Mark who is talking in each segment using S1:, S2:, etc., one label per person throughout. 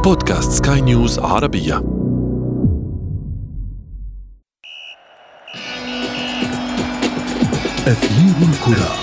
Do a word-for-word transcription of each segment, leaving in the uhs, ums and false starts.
S1: بودكاست سكاي نيوز عربية. أثير الكرة.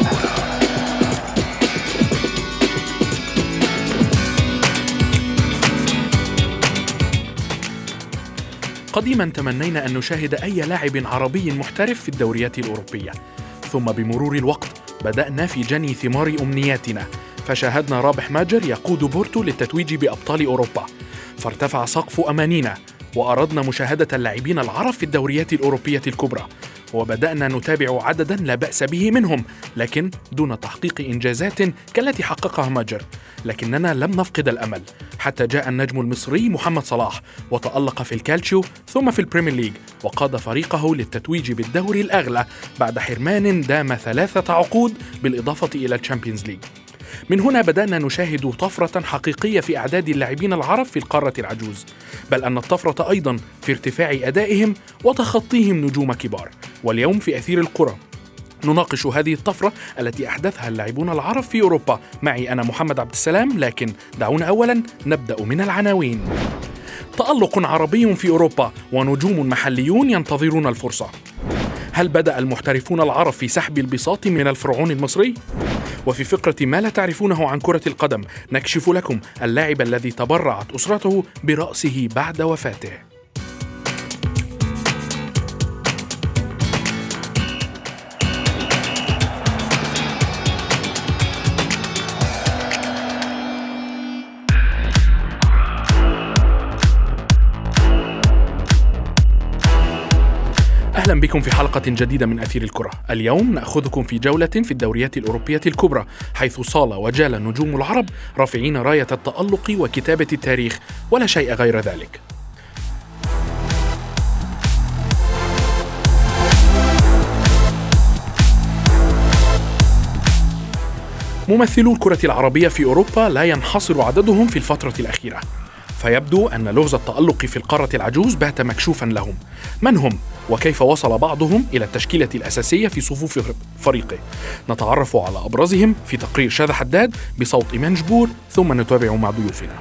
S1: قديما تمنينا أن نشاهد أي لاعب عربي محترف في الدوريات الأوروبية، ثم بمرور الوقت بدأنا في جني ثمار أمنياتنا، فشاهدنا رابح ماجر يقود بورتو للتتويج بأبطال أوروبا، فارتفع سقف أمانينا وأردنا مشاهدة اللاعبين العرب في الدوريات الأوروبية الكبرى، وبدأنا نتابع عددا لا بأس به منهم، لكن دون تحقيق إنجازات كالتي حققها ماجر. لكننا لم نفقد الأمل حتى جاء النجم المصري محمد صلاح وتألق في الكالتشيو ثم في البريمير ليج، وقاد فريقه للتتويج بالدوري الأغلى بعد حرمان دام ثلاثة عقود بالإضافة إلى الشامبيونز ليج. من هنا بدأنا نشاهد طفرة حقيقية في أعداد اللاعبين العرب في القارة العجوز، بل أن الطفرة أيضا في ارتفاع أدائهم وتخطيهم نجوم كبار. واليوم في أثير الكرة نناقش هذه الطفرة التي أحدثها اللاعبون العرب في أوروبا. معي أنا محمد عبد السلام، لكن دعونا أولا نبدأ من العناوين. تألق عربي في أوروبا ونجوم محليون ينتظرون الفرصة. هل بدأ المحترفون العرب في سحب البساط من الفرعون المصري؟ وفي فقرة ما لا تعرفونه عن كرة القدم نكشف لكم اللاعب الذي تبرعت أسرته برأسه بعد وفاته. أهلا بكم في حلقة جديدة من أثير الكرة. اليوم نأخذكم في جولة في الدوريات الأوروبية الكبرى، حيث صال وجال نجوم العرب رافعين راية التألق وكتابة التاريخ ولا شيء غير ذلك. ممثلو الكرة العربية في أوروبا لا ينحصر عددهم في الفترة الأخيرة، فيبدو أن لغز التألق في القارة العجوز بات مكشوفا لهم. من هم؟ وكيف وصل بعضهم إلى التشكيلة الأساسية في صفوف فريقه؟ نتعرف على أبرزهم في تقرير شاذ حداد بصوت إيمان جبور، ثم نتابع مع ضيوفنا.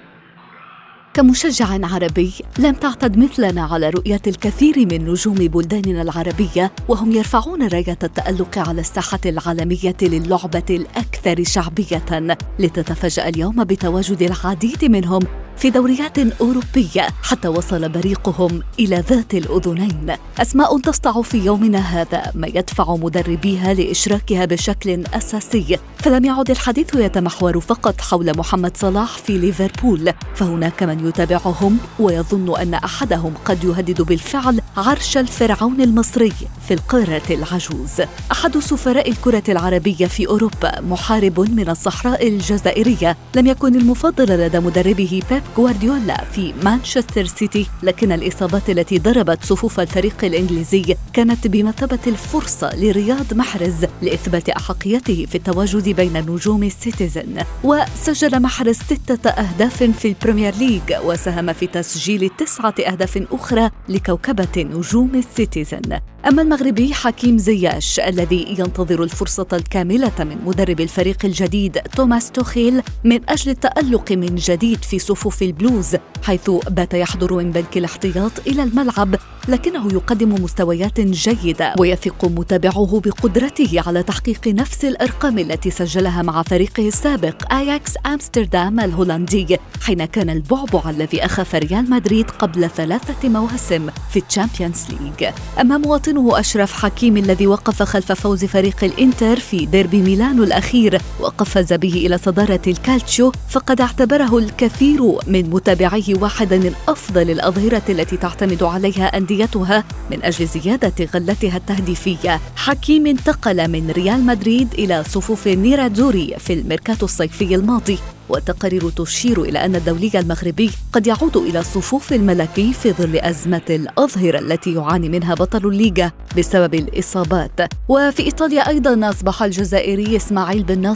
S2: كمشجع عربي لم تعتد مثلنا على رؤية الكثير من نجوم بلداننا العربية وهم يرفعون راية التألق على الساحة العالمية للعبة الأكثر شعبية، لتتفاجأ اليوم بتواجد العديد منهم في دوريات أوروبية حتى وصل بريقهم إلى ذات الأذنين. أسماء تسطع في يومنا هذا ما يدفع مدربيها لإشراكها بشكل أساسي، فلم يعد الحديث يتمحور فقط حول محمد صلاح في ليفربول، فهناك من يتابعهم ويظن أن أحدهم قد يهدد بالفعل عرش الفرعون المصري في القارة العجوز. أحد سفراء الكرة العربية في أوروبا، محارب من الصحراء الجزائرية، لم يكن المفضل لدى مدربه بيب غوارديولا في مانشستر سيتي، لكن الإصابات التي ضربت صفوف الفريق الإنجليزي كانت بمثابة الفرصة لرياض محرز لإثبات أحقيته في التواجد بين نجوم السيتيزن. وسجل محرز ستة أهداف في البريمير ليج، وساهم في تسجيل تسعة أهداف أخرى لكوكبة نجوم السيتيزن. أما المغربي حكيم زياش الذي ينتظر الفرصة الكاملة من مدرب الفريق الجديد توماس توخيل من أجل التألق من جديد في صفوف البلوز، حيث بات يحضر من بنك الاحتياط إلى الملعب، لكنه يقدم مستويات جيدة ويثق متابعه بقدرته على تحقيق نفس الأرقام التي سجلها مع فريقه السابق أياكس أمستردام الهولندي حين كان البعبع الذي أخاف ريال مدريد قبل ثلاثة مواسم في الشامبيونز ليج. أما مواطنه أشرف حكيم الذي وقف خلف فوز فريق الإنتر في ديربي ميلانو الأخير وقفز به إلى صدارة الكالتشيو، فقد اعتبره الكثير من متابعيه واحدا من أفضل الأظهرة التي تعتمد عليها أنديتها من أجل زيادة غلتها التهديفية. حكيم انتقل من ريال مدريد إلى صفوف نيراتزوري في الميركاتو الصيفي الماضي، والتقارير تشير إلى أن الدولي المغربي قد يعود إلى الصفوف الملكي في ظل أزمة الأظهرة التي يعاني منها بطل الليغا بسبب الإصابات. وفي إيطاليا أيضا أصبح الجزائري إسماعيل بن ناصر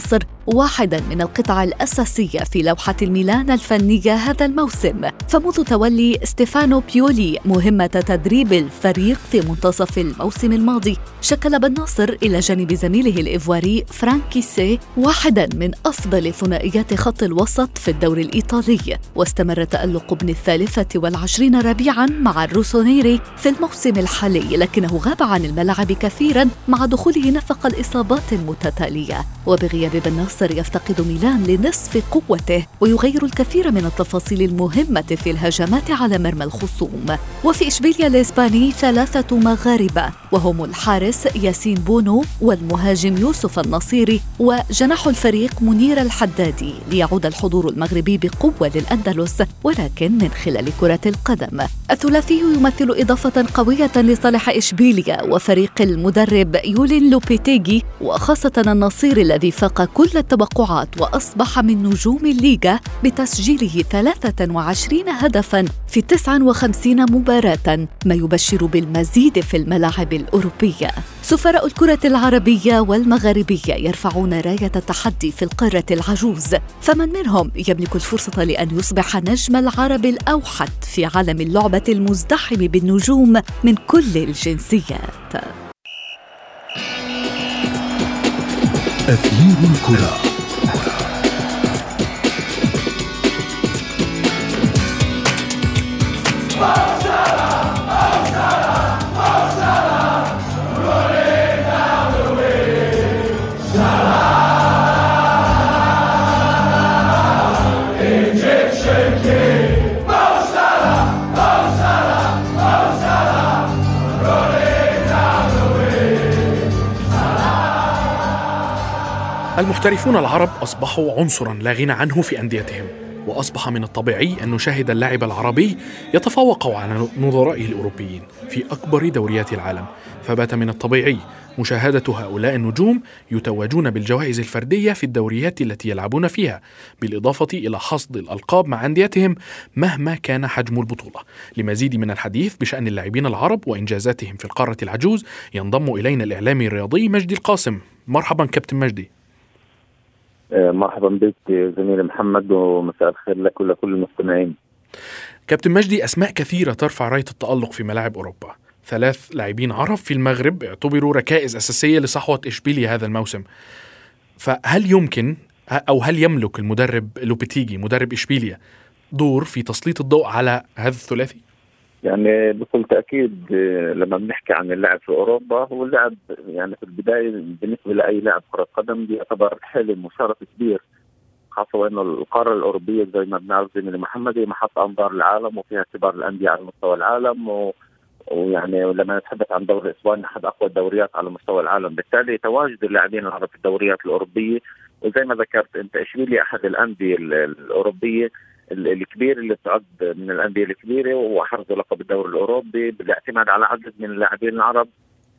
S2: واحدا من القطع الأساسية في لوحة الميلان الفنية هذا الموسم. فمنذ تولي ستيفانو بيولي مهمة تدريب الفريق في منتصف الموسم الماضي، شكل بن ناصر إلى جانب زميله الإيفواري فرانك كيسي واحدا من أفضل ثنائيات خط الوسط في الدوري الإيطالي. واستمر تألق ابن الثالثة والعشرين ربيعا مع الروسونيري في الموسم الحالي، لكنه غاب عن الملعب كثيرا مع دخوله نفق الإصابات المتتالية. وبغياب بن ناصر يفتقد ميلان لنصف قوته ويغير الكثير من التفاصيل المهمة في الهجمات على مرمى الخصوم. وفي إشبيليا الإسباني ثلاثة مغاربة، وهم الحارس ياسين بونو والمهاجم يوسف النصيري وجناح الفريق منير الحدادي، ليعود الحضور المغربي بقوة للأندلس ولكن من خلال كرة القدم. الثلاثي يمثل إضافة قوية لصالح إشبيليا وفريق المدرب يولين لوبيتيغي، وخاصة النصير الذي فاق كل التوقعات وأصبح من نجوم الليغا بتسجيله ثلاثة وعشرين هدفاً في تسعة وخمسين مباراة، ما يبشر بالمزيد في الملاعب الأوروبية. سفراء الكرة العربية والمغاربية يرفعون راية التحدي في القارة العجوز، فمن منهم يملك الفرصة لأن يصبح نجم العرب الأوحد في عالم اللعبة المزدحم بالنجوم من كل الجنسيات.
S3: أثير الكرة.
S1: المحترفون العرب أصبحوا عنصراً لا غنى عنه في أنديتهم، وأصبح من الطبيعي أن نشاهد اللاعب العربي يتفوق على نظرائه الأوروبيين في أكبر دوريات العالم، فبات من الطبيعي مشاهدة هؤلاء النجوم يتوجون بالجوائز الفردية في الدوريات التي يلعبون فيها، بالإضافة إلى حصد الألقاب مع أنديتهم مهما كان حجم البطولة. لمزيد من الحديث بشأن اللاعبين العرب وإنجازاتهم في القارة العجوز ينضم إلينا الإعلامي الرياضي مجدي القاسم. مرحبا كابتن مجدي.
S4: مرحبا بك زميلي محمد، ومساء الخير لك ولكل المستمعين.
S1: كابتن مجدي، أسماء كثيرة ترفع راية التألق في ملاعب أوروبا. ثلاث لاعبين عرب في المغرب اعتبروا ركائز أساسية لصحوة إشبيليا هذا الموسم، فهل يمكن أو هل يملك المدرب لوبيتيغي مدرب إشبيليا دور في تسليط الضوء على هذا الثلاثي؟
S4: يعني بكل تأكيد لما بنحكي عن اللاعب في أوروبا، هو اللاعب يعني في البداية بالنسبة لأي لاعب كرة قدم بيعتبر حلم وشرف كبير، خاصة وأنه القارة الأوروبية زي ما بنعرف زميلي محمد هي محط أنظار العالم وفيها كبار الأندية على مستوى العالم، و... ويعني لما نتحدث عن دوري الإسباني أحد أقوى الدوريات على مستوى العالم، بالتالي تواجد اللاعبين العرب في الدوريات الأوروبية، وزي ما ذكرت أنت إشبيليا أحد الأندية الأوروبية الكبير اللي تعد من الأندية الكبيرة، وحرز لقب الدوري الأوروبي بالاعتماد على عدد من اللاعبين العرب،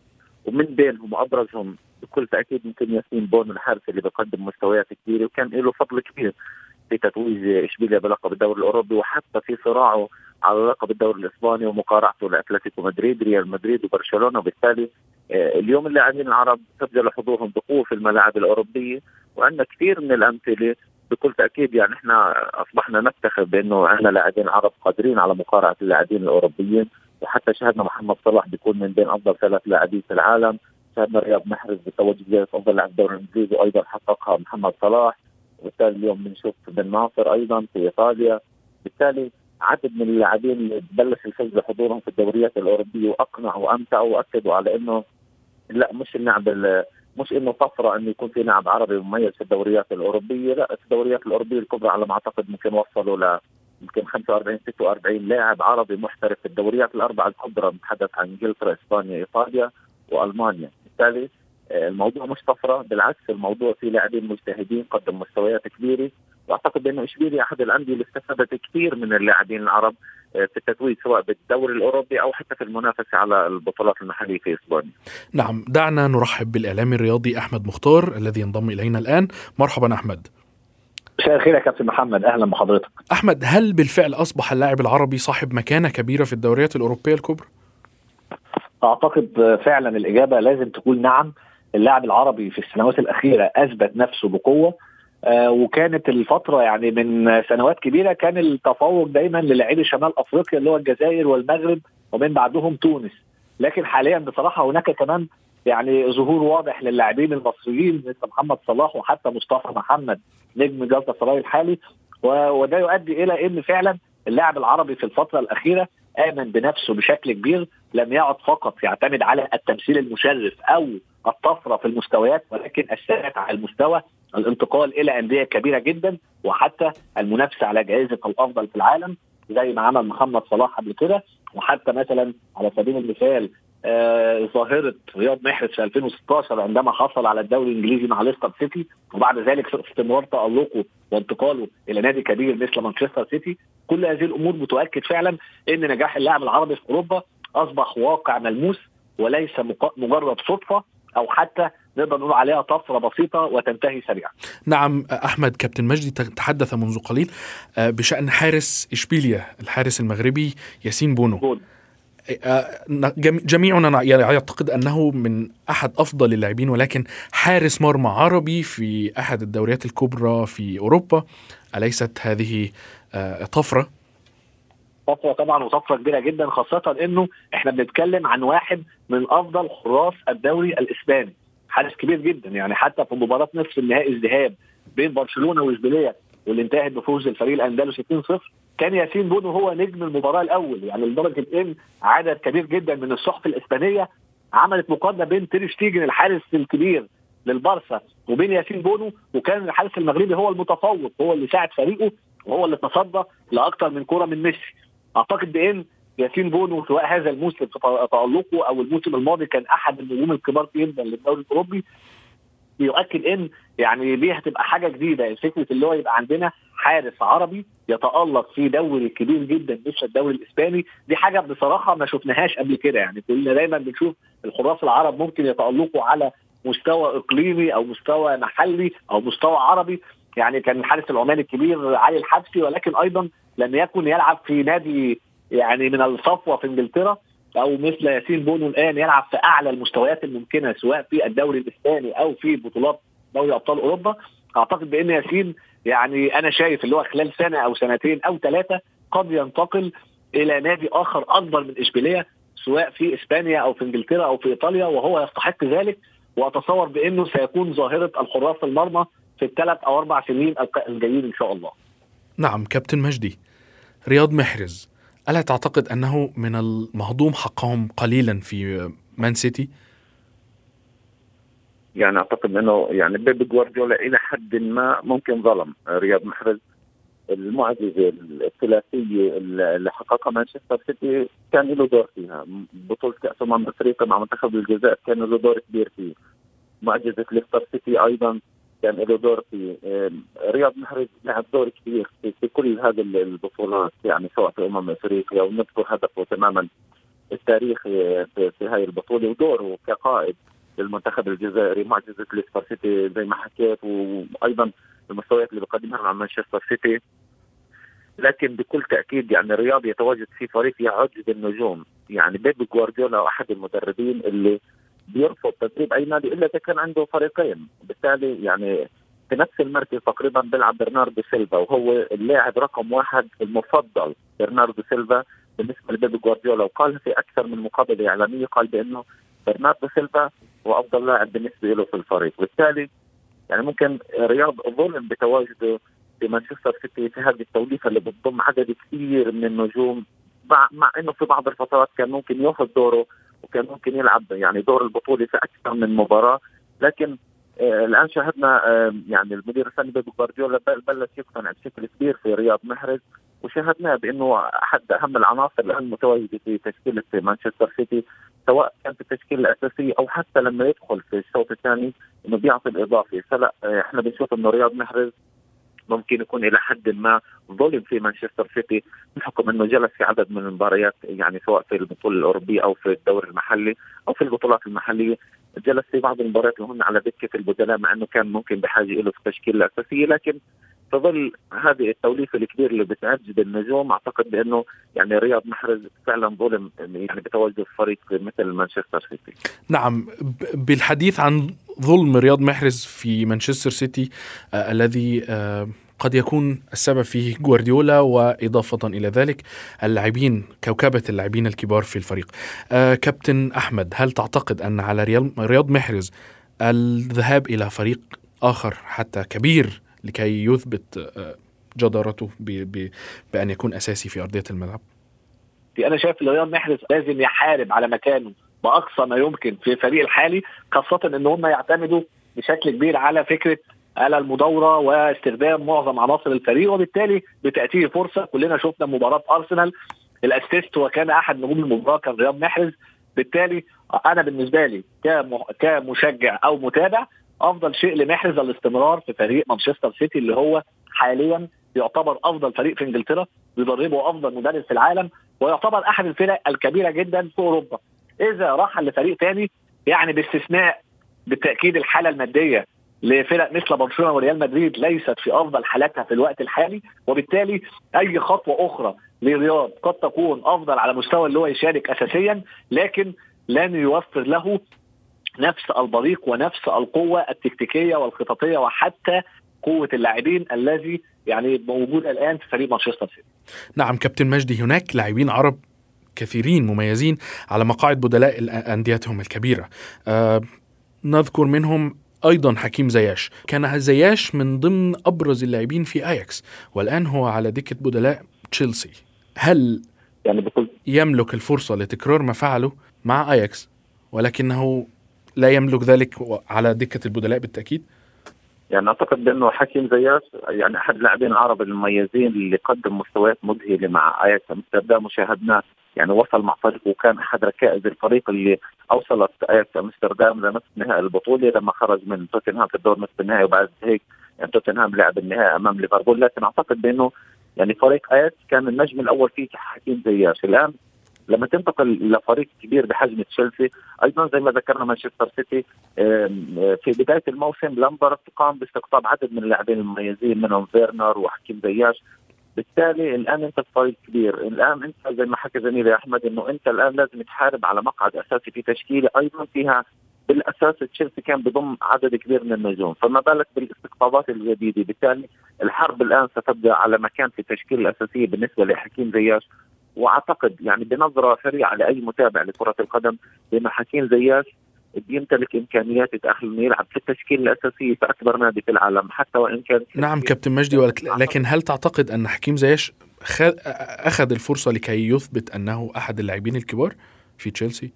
S4: ومن بينهم أبرزهم بكل تأكيد ممكن ياسين بونو الحارس اللي بيقدم مستويات كبيرة، وكان له فضل كبير في تتويج إشبيليا بلقب الدوري الأوروبي، وحتى في صراعه على لقب الدوري الإسباني ومقارعته لأتلتيكو مدريد ريال مدريد وبرشلونة. وبالتالي اليوم اللاعبين العرب سجلوا حضورهم بقوة في الملاعب الأوروبية، وعندنا كثير من الأمثلة بكل تأكيد. يعني احنا أصبحنا نفتخر بأنه عندنا لاعبين عرب قادرين على مقارعة اللاعبين الأوروبيين، وحتى شاهدنا محمد صلاح بيكون من بين أفضل ثلاث لاعبين في العالم، شاهدنا رياض محرز بتوجه جائزة أفضل لاعب الدوري الإنجليزي وأيضا حققها محمد صلاح، وبالتالي اليوم بنشوف بن ناصر أيضا في إيطاليا. بالتالي عدد من اللاعبين اللي بلش يسجلوا حضورهم في الدوريات الأوروبية وأقنعوا وأمتعوا وأكدوا على إنه لا، مش اللاعب مش انه طفره انه يكون في لاعب عربي مميز في الدوريات الاوروبيه، لا الدوريات الاوروبيه الكبرى على ما اعتقد ممكن وصلوا ل يمكن خمسة وأربعين ستة وأربعين لاعب عربي محترف في الدوريات الاربعه الكبرى، نتحدث عن انجلترا اسبانيا ايطاليا والمانيا. بالتالي الموضوع مش طفره، بالعكس الموضوع في لاعبين مجتهدين قدم مستويات كبيره، واعتقد انه اشبيليا احد الانديه اللي استفادت كثير من اللاعبين العرب في التتويج سواء بالدوري الأوروبي أو حتى في المنافسة على البطولات المحلية في إسبانيا.
S1: نعم، دعنا نرحب بالإعلامي الرياضي أحمد مختار الذي ينضم إلينا الآن. مرحبا أحمد.
S5: مساء الخير يا كابتن محمد، أهلا بحضرتك.
S1: أحمد، هل بالفعل أصبح اللاعب العربي صاحب مكانة كبيرة في الدوريات الأوروبية الكبرى؟
S5: أعتقد فعلا الإجابة لازم تكون نعم. اللاعب العربي في السنوات الأخيرة أثبت نفسه بقوة، آه وكانت الفتره يعني من سنوات كبيره كان التفوق دايما للاعبي شمال افريقيا اللي هو الجزائر والمغرب ومن بعدهم تونس. لكن حاليا بصراحه هناك كمان يعني ظهور واضح للاعبين المصريين مثل محمد صلاح وحتى مصطفى محمد نجم جلطة سراي الحالي، وده يؤدي الى ان فعلا اللاعب العربي في الفتره الاخيره آمن بنفسه بشكل كبير، لم يعد فقط يعتمد على التمثيل المشرف او الطفره في المستويات، ولكن الثبات على المستوى، الانتقال الى انديه كبيره جدا وحتى المنافسه على جائزه الافضل في العالم زي ما عمل محمد صلاح قبل كده. وحتى مثلا على سبيل المثال آه ظاهره رياض محرز في ألفين وستة عشر عندما حصل على الدوري الانجليزي مع ليستر سيتي، وبعد ذلك استمرار تألقه وانتقاله الى نادي كبير مثل مانشستر سيتي. كل هذه الامور بتؤكد فعلا ان نجاح اللاعب العربي في اوروبا اصبح واقع ملموس وليس مجرد صدفه او حتى نقدر نقول عليها طفره بسيطه وتنتهي سريعا.
S1: نعم أحمد، كابتن مجدي تحدث منذ قليل بشأن حارس إشبيليا الحارس المغربي ياسين بونو. بون. جميعنا يعتقد أنه من أحد أفضل اللاعبين، ولكن حارس مرمى عربي في أحد الدوريات الكبرى في أوروبا، أليست هذه طفرة؟
S5: طفرة طبعا، وطفرة كبيرة جدا، خاصة أنه إحنا بنتكلم عن واحد من أفضل حراس الدوري الإسباني، حارس كبير جدا. يعني حتى في مباراة نصف النهائي الذهاب بين برشلونة وإشبيلية واللي انتهت بفوز الفريق الأندلسي اثنين صفر، كان ياسين بونو هو نجم المباراة الأول. يعني لدرجة إن عدد كبير جدا من الصحف الإسبانية عملت مقارنة بين تير شتيجن الحارس الكبير للبارسا وبين ياسين بونو، وكان الحارس المغربي هو المتفوق، هو اللي ساعد فريقه وهو اللي تصدى لأكثر من كرة من ميسي. أعتقد بأن ياسين بونو سواء هذا الموسم في تألقه أو الموسم الماضي كان أحد النجوم الكبار جدا للدوري الأوروبي. بيؤكد ان يعني دي هتبقى حاجه جديده، فكره اللي هو يبقى عندنا حارس عربي يتالق في دوري كبير جدا مثل الدوري الاسباني. دي حاجه بصراحه ما شفناهاش قبل كده. يعني كلنا دايما بنشوف الحراس العرب ممكن يتالقوا على مستوى اقليمي او مستوى محلي او مستوى عربي. يعني كان الحارس العماني الكبير علي الحبسي، ولكن ايضا لم يكن يلعب في نادي يعني من الصفوه في انجلترا، او مثل ياسين بونو الان يلعب في اعلى المستويات الممكنه سواء في الدوري الاسباني او في بطولات دوري ابطال اوروبا. اعتقد بان ياسين يعني انا شايف اللي هو خلال سنه او سنتين او ثلاثه قد ينتقل الى نادي اخر اكبر من اشبيليه سواء في اسبانيا او في انجلترا او في ايطاليا، وهو يستحق ذلك. واتصور بانه سيكون ظاهره الحراس المرمى في الثلاث او اربع سنين الجايين ان شاء الله.
S1: نعم كابتن مجدي، رياض محرز ألا تعتقد أنه من المهضوم حقهم قليلا في مان سيتي؟
S4: يعني أعتقد أنه يعني بيب جوارديولا إلى حد ما ممكن ظلم رياض محرز. المعجزة الثلاثية اللي حققها مانشستر سيتي كان له دور فيها، بطولة كأس أمم أفريقيا مع منتخب الجزائر كان له دور كبير فيه، معجزة ليستر سيتي أيضا كان له دور فيه. رياض محرز لعب دور كبير في كل هذه البطولات، يعني سواء في أمم أفريقيا، ونذكر هدفه تماما التاريخي في هذه البطولة ودوره كقائد للمنتخب الجزائري. معجزة ليستر سيتي زي ما حكيت، وأيضا المستويات اللي بقدمها مع مانشستر سيتي. لكن بكل تأكيد يعني الرياض يتواجد في فريق يعد بالنجوم. يعني بيب جوارديولا أحد المدربين اللي بيرفض تدريب أي نادي إلا إذا كان عنده فريقين، بالتالي يعني في نفس المركز تقريبا بيلعب برناردو سيلفا، وهو اللاعب رقم واحد المفضل برناردو سيلفا بالنسبة لبيب جوارديولا. وقال في أكثر من مقابلة إعلامية قال بأنه برناردو سيلفا هو أفضل لاعب بالنسبة له في الفريق. بالتالي يعني ممكن رياض ظلم بتواجده في مانشستر سيتي في هذه التوليفة اللي بتضم عدد كثير من النجوم، مع, مع انه في بعض الفترات كان ممكن ياخذ دوره وكان ممكن يلعب يعني دور البطولة في اكثر من مباراة. لكن آه الان شاهدنا آه يعني المدير الفني بيب جوارديولا بلش يقتنع بشكل كبير في رياض محرز، وشاهدناه بانه احد اهم العناصر الان متواجدة في تشكيلة مانشستر سيتي، سواء كان في التشكيلة الاساسية او حتى لما يدخل في الشوط الثاني انه بيعطي الاضافي. فلا آه احنا بنشوف انه رياض محرز ممكن يكون إلى حد ما ظلم في مانشستر سيتي بحكم أنه جلس في عدد من المباريات، يعني سواء في البطولة الأوروبية أو في الدوري المحلي أو في البطولات المحلية، جلس في بعض المباريات اللي هم على دكة البدلاء مع أنه كان ممكن بحاجة له في التشكيلة الأساسية. لكن في ظل هذه التوليفه الكبيره اللي بتعجب النجوم، اعتقد بانه يعني رياض محرز فعلا ظلم يعني بتواجد فريق مثل مانشستر سيتي.
S1: نعم، بالحديث عن ظلم رياض محرز في مانشستر سيتي آه الذي آه قد يكون السبب فيه جوارديولا، وإضافة إلى ذلك اللاعبين، كوكبة اللاعبين الكبار في الفريق. آه كابتن أحمد، هل تعتقد أن على رياض محرز الذهاب إلى فريق آخر حتى كبير لكي يثبت آه جدارته بأن يكون أساسي في أرضية الملعب؟
S5: أنا شايف ان رياض محرز لازم يحارب على مكانه بأقصى ما يمكن في الفريق الحالي، خاصة ان هم يعتمدوا بشكل كبير على فكرة على المدورة واستخدام معظم عناصر الفريق، وبالتالي بتأتيه فرصة. كلنا شفنا مباراة أرسنال الأسيست وكان أحد نجوم المباراة كان رياض محرز. بالتالي أنا بالنسبة لي كمشجع أو متابع أفضل شيء لمحرز الاستمرار في فريق مانشستر سيتي اللي هو حاليا يعتبر أفضل فريق في إنجلترا، بيدربه أفضل مدرب في العالم، ويعتبر أحد الفرق الكبيرة جدا في أوروبا. إذا راح لفريق تاني يعني باستثناء بالتأكيد الحالة المادية لفرق مثل برشلونة وريال مدريد ليست في أفضل حالاتها في الوقت الحالي، وبالتالي أي خطوة أخرى لرياض قد تكون أفضل على مستوى اللي هو يشارك أساسيا، لكن لن يوفر له نفس البريق ونفس القوة التكتيكية والخططية وحتى قوة اللاعبين الذي يعني موجود الآن في فريق مانشستر سيتي.
S1: نعم كابتن مجدي، هناك لاعبين عرب كثيرين مميزين على مقاعد بدلاء أنديتهم الكبيرة. أه نذكر منهم أيضا حكيم زياش. كان زياش من ضمن أبرز اللاعبين في أياكس، والآن هو على دكة بدلاء تشيلسي. هل
S4: يعني بكل
S1: يملك الفرصة لتكرار ما فعله مع أياكس ولكنه لا يملك ذلك على دكة البدلاء بالتأكيد؟
S4: يعني أعتقد بأنه حكيم زياش يعني أحد اللاعبين العرب المميزين اللي قدم مستويات مذهلة مع أياكس أمستردام، وشاهدناه يعني وصل مع فريقه وكان أحد ركائز الفريق اللي أوصلت أياكس أمستردام لنصف نهائي البطولة لما خرج من توتنهام في الدور نصف النهائي، وبعد هيك يعني توتنهام لعب النهائي أمام ليفربول. لكن أعتقد بأنه يعني فريق أياكس كان النجم الأول فيه حكيم زياش. الآن لما تنتقل لفريق كبير بحجم تشيلسي، ايضا زي ما ذكرنا مانشستر سيتي في بدايه الموسم لامبرت قام باستقطاب عدد من اللاعبين المميزين منهم فيرنر وحكيم زياش. بالتالي الان انت في فريق كبير، الان انت زي ما حكى زميلي احمد انه انت الان لازم تحارب على مقعد اساسي في تشكيله ايضا فيها بالاساس تشيلسي كان بضم عدد كبير من النجوم، فما بالك بالاستقطابات الجديده. بالتالي الحرب الان ستبدا على مكان في التشكيله الاساسيه بالنسبه لحكيم زياش. واعتقد يعني بنظره سريعه لاي متابع لكره القدم بان حكيم زياش بيمتلك امكانيات يتاهل انه يلعب في التشكيله الاساسيه في اكبر نادي في العالم حتى وان كان.
S1: نعم كابتن مجدي، لكن هل تعتقد ان حكيم زياش اخذ الفرصه لكي يثبت انه احد اللاعبين الكبار في تشيلسي؟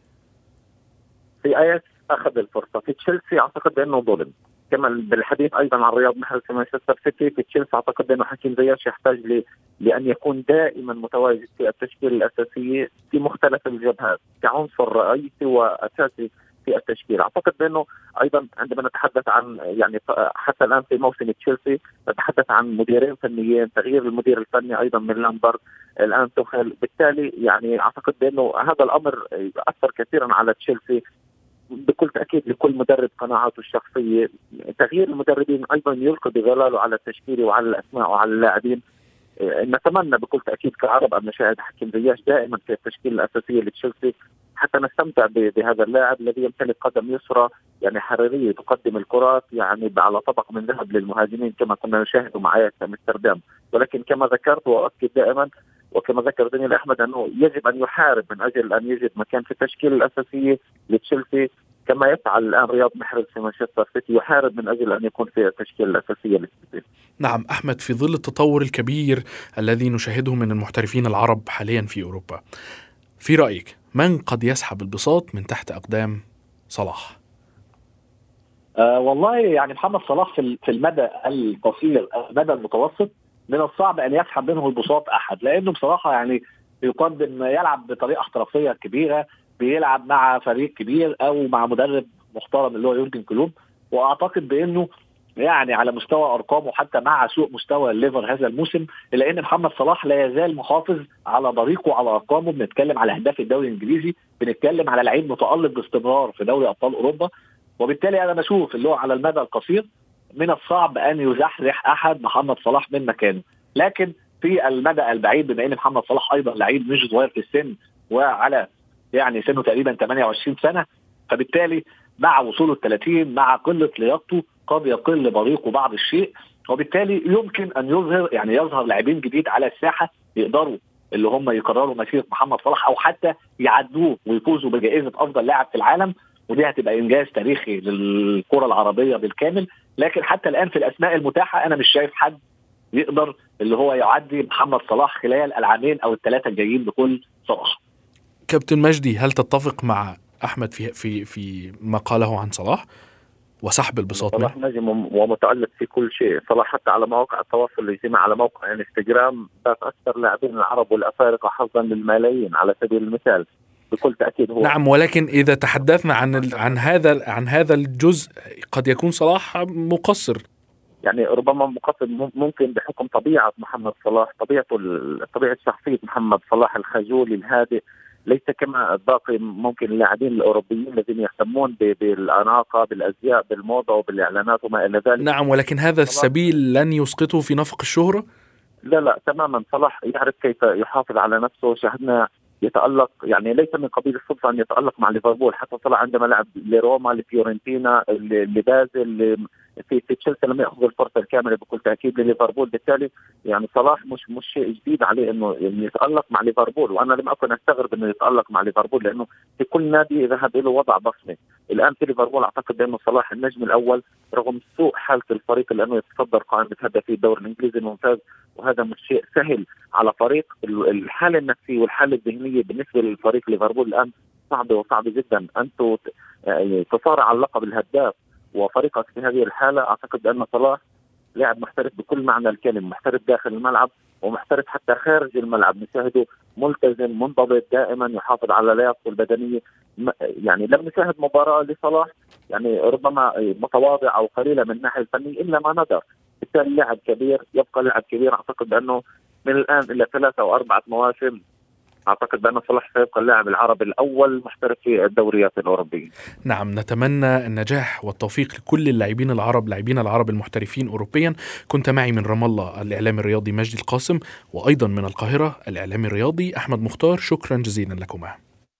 S4: في اياكس اخذ الفرصه، في تشيلسي اعتقد بانه ظلم. كما بالحديث ايضا عن رياض محرز في مانشستر سيتي، في تشيلسي اعتقد انه حكيم زياش يحتاج ل... لان يكون دائما متواجد في التشكيله الاساسيه في مختلف الجبهات كعنصر رئيسي واساسي في التشكيل. اعتقد بانه ايضا عندما نتحدث عن يعني حتى الان في موسم تشيلسي نتحدث عن مديرين فنيين، تغيير المدير الفني ايضا من لامبرد الان توخيل. بالتالي يعني اعتقد بانه هذا الامر اثر كثيرا على تشيلسي. بكل تأكيد لكل مدرب قناعاته الشخصية، تغيير المدربين أيضا يلقي بظلاله على التشكيل وعلى الأسماء وعلى اللاعبين. نتمنى بكل تأكيد كعرب أن نشاهد حكيم زياش دائما في التشكيلة الأساسية لتشيلسي حتى نستمتع بهذا اللاعب الذي يمتلك قدم يسرى يعني حرارية تقدم الكرات يعني على طبق من ذهب للمهاجمين كما كنا نشاهد مع اياكس امستردام. ولكن كما ذكرت وأؤكد دائما وكما ذكر زميلي أحمد أنه يجب أن يحارب من أجل أن يجد مكان في التشكيلة الأساسية لتشيلسي كما يفعل الآن رياض محرز في مانشستر سيتي، يحارب من أجل أن يكون في التشكيلة الأساسية لتشيلسي.
S1: نعم أحمد، في ظل التطور الكبير الذي نشاهده من المحترفين العرب حاليا في أوروبا، في رأيك من قد يسحب البساط من تحت أقدام صلاح؟
S5: آه والله يعني محمد صلاح في في المدى القصير المدى المتوسط من الصعب أن يسحب منه البساط أحد، لأنه بصراحة يعني يقدم يلعب بطريقة احترافية كبيرة، بيلعب مع فريق كبير أو مع مدرب محترم اللي هو يورجن كلوب. وأعتقد بأنه يعني على مستوى أرقامه حتى مع سوء مستوى الليفر هذا الموسم، إلا أن محمد صلاح لا يزال محافظ على بريقه وعلى أرقامه. بنتكلم على أهداف الدوري الإنجليزي، بنتكلم على لعيب متألق باستمرار في دوري أبطال أوروبا. وبالتالي أنا بشوف اللي هو على المدى القصير من الصعب ان يزحزح احد محمد صلاح من مكانه. لكن في المدى البعيد بما ان محمد صلاح ايضا لعيب مش صغير في السن وعلى يعني سنه تقريبا ثمانية وعشرين سنه، فبالتالي مع وصوله الثلاثين مع قله لياقته قد يقل بريقه بعض الشيء، وبالتالي يمكن ان يظهر يعني يظهر لاعبين جديد على الساحه يقدروا اللي هم يكرروا مسيره محمد صلاح او حتى يعدوه ويفوزوا بجائزه افضل لاعب في العالم، ودي هتبقى انجاز تاريخي للكره العربيه بالكامل. لكن حتى الان في الاسماء المتاحه انا مش شايف حد يقدر اللي هو يعدي محمد صلاح خلال العامين او الثلاثه الجايين بكل صراحه.
S1: كابتن مجدي، هل تتفق مع احمد في في في ما قاله عن صلاح وسحب البساط
S4: منه؟ صلاح نجم ومتألق في كل شيء. صلاح حتى على مواقع التواصل الاجتماعي على موقع انستغرام بات اكثر لاعبين العرب والافارقه حظا للملايين على سبيل المثال. بكل تأكيد هو.
S1: نعم، ولكن إذا تحدثنا عن عن هذا عن هذا الجزء قد يكون صلاح مقصر.
S4: يعني ربما مقصر ممكن بحكم طبيعة محمد صلاح، طبيعته طبيعة شخصية محمد صلاح الخجول الهادئ، ليس كما الباقي ممكن اللاعبين الأوروبيين الذين يهتمون بالأناقة بالأزياء بالموضة وبالإعلانات وما إلى ذلك.
S1: نعم، ولكن هذا السبيل لن يسقطه في نفق الشهرة؟
S4: لا لا تماما. صلاح يعرف كيف يحافظ على نفسه. شاهدنا يتألق، يعني ليس من قبيل الصدفة أن يتألق مع ليفربول، حتى صلاح عندما لعب لروما لفيورنتينا لبازل في في تشيلسي لم يأخذ الفرصة الكاملة بكل تأكيد لليفربول. بالتالي يعني صلاح مش مش شيء جديد عليه إنه يتألق مع ليفربول، وأنا لم أكن أستغرب إنه يتألق مع ليفربول لأنه في كل نادي ذهب له وضع بصمة. الآن في ليفربول أعتقد بأنه صلاح النجم الأول رغم سوء حالة الفريق لأنه يتصدر قائمة هدافي الدوري الإنجليزي الممتاز، وهذا مش شيء سهل على فريق. الحالة النفسية والحالة الذهنية بالنسبة للفريق ليفربول الآن صعبة وصعبة جدا. أنتوا تصارع على اللقب الهداف وفريقك في هذه الحالة. أعتقد أن صلاح لاعب محترف بكل معنى الكلمة، محترف داخل الملعب ومحترف حتى خارج الملعب. نشاهده ملتزم منضبط دائما يحافظ على لياقته البدنية. يعني لم نشاهد مباراة لصلاح يعني ربما متواضعة أو قليلة من الناحية الفنية إلا ما ندر. بالتالي لاعب كبير يبقى لاعب كبير. أعتقد بأنه من الآن إلى ثلاثة أو أربعة مواسم أعتقد بأن صلاح سيبقى اللاعب العربي الأول محترف في الدوريات الأوروبية.
S1: نعم، نتمنى النجاح والتوفيق لكل اللاعبين العرب لاعبين العرب المحترفين أوروبيا. كنت معي من رام الله الإعلام الرياضي مجدي القاسم، وأيضا من القاهرة الإعلام الرياضي أحمد مختار. شكرا جزيلا لكما.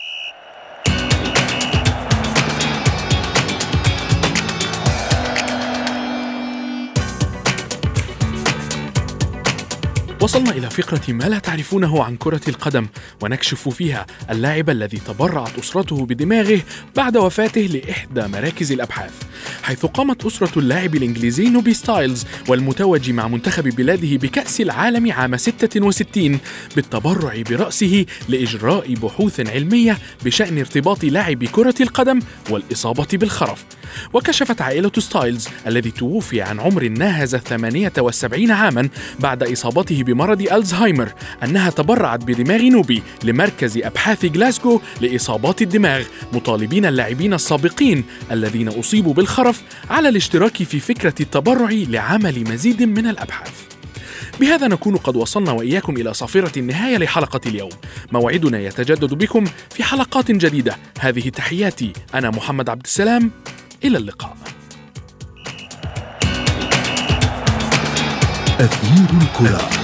S1: وصلنا إلى فقرة ما لا تعرفونه عن كرة القدم، ونكشف فيها اللاعب الذي تبرعت أسرته بدماغه بعد وفاته لإحدى مراكز الأبحاث، حيث قامت أسرة اللاعب الإنجليزي نوبي ستايلز والمتوج مع منتخب بلاده بكأس العالم عام ستة وستين بالتبرع برأسه لإجراء بحوث علمية بشأن ارتباط لاعب كرة القدم والإصابة بالخرف. وكشفت عائلة ستايلز الذي توفي عن عمر ناهز ثمانية وسبعين عاما بعد إصابته بمرض ألزهايمر أنها تبرعت بدماغ نوبي لمركز أبحاث غلاسكو لإصابات الدماغ، مطالبين اللاعبين السابقين الذين أصيبوا بالخرف على الاشتراك في فكرة التبرع لعمل مزيد من الأبحاث. بهذا نكون قد وصلنا وإياكم إلى صافرة النهاية لحلقة اليوم. موعدنا يتجدد بكم في حلقات جديدة. هذه تحياتي، أنا محمد عبد السلام، إلى اللقاء.
S3: أثير الكرة.